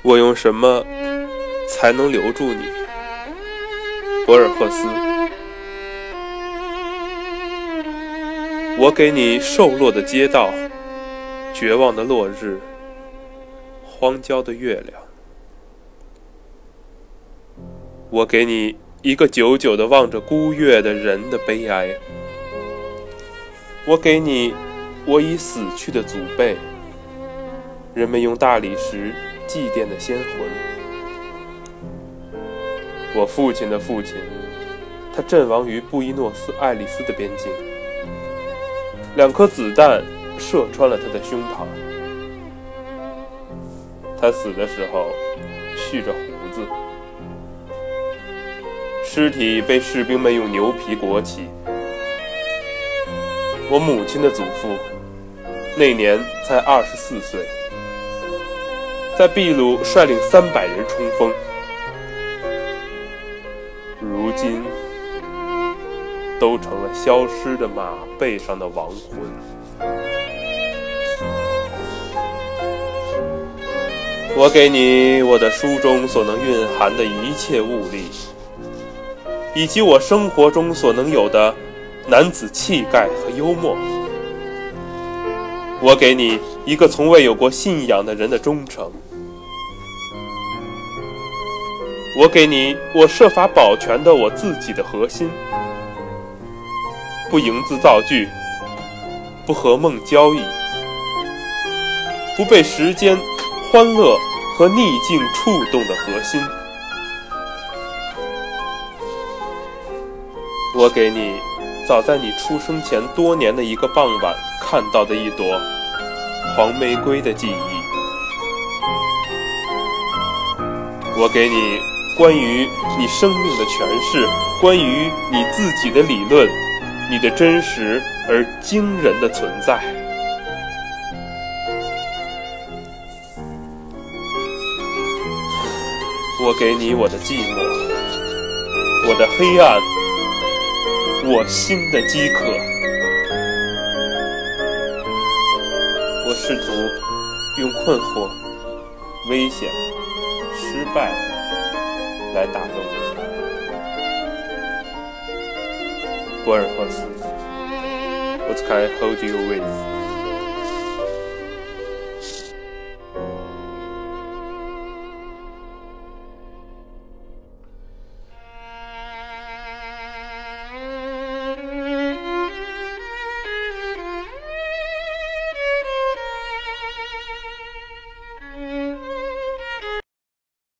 我用什么才能留住你，博尔赫斯？我给你瘦落的街道，绝望的落日，荒郊的月亮。我给你一个久久地望着孤月的人的悲哀。我给你我已死去的祖辈，人们用大理石祭奠的先魂。我父亲的父亲，他阵亡于布宜诺斯艾利斯的边境，2颗子弹射穿了他的胸膛。他死的时候蓄着胡子，尸体被士兵们用牛皮裹起。我母亲的祖父那年才24岁，在秘鲁率领300人冲锋，如今都成了消失的马背上的亡魂。我给你我的书中所能蕴含的一切物力，以及我生活中所能有的男子气概和幽默。我给你一个从未有过信仰的人的忠诚。我给你我设法保全的我自己的核心，不营字造句，不和梦交易，不被时间、欢乐和逆境触动的核心。我给你早在你出生前多年的一个傍晚看到的一朵黄玫瑰的记忆。我给你关于你生命的诠释，关于你自己的理论，你的真实而惊人的存在。我给你我的寂寞，我的黑暗，我心的饥渴。我试图用困惑、危险、失败来打动你。博尔赫斯 What can I hold you with?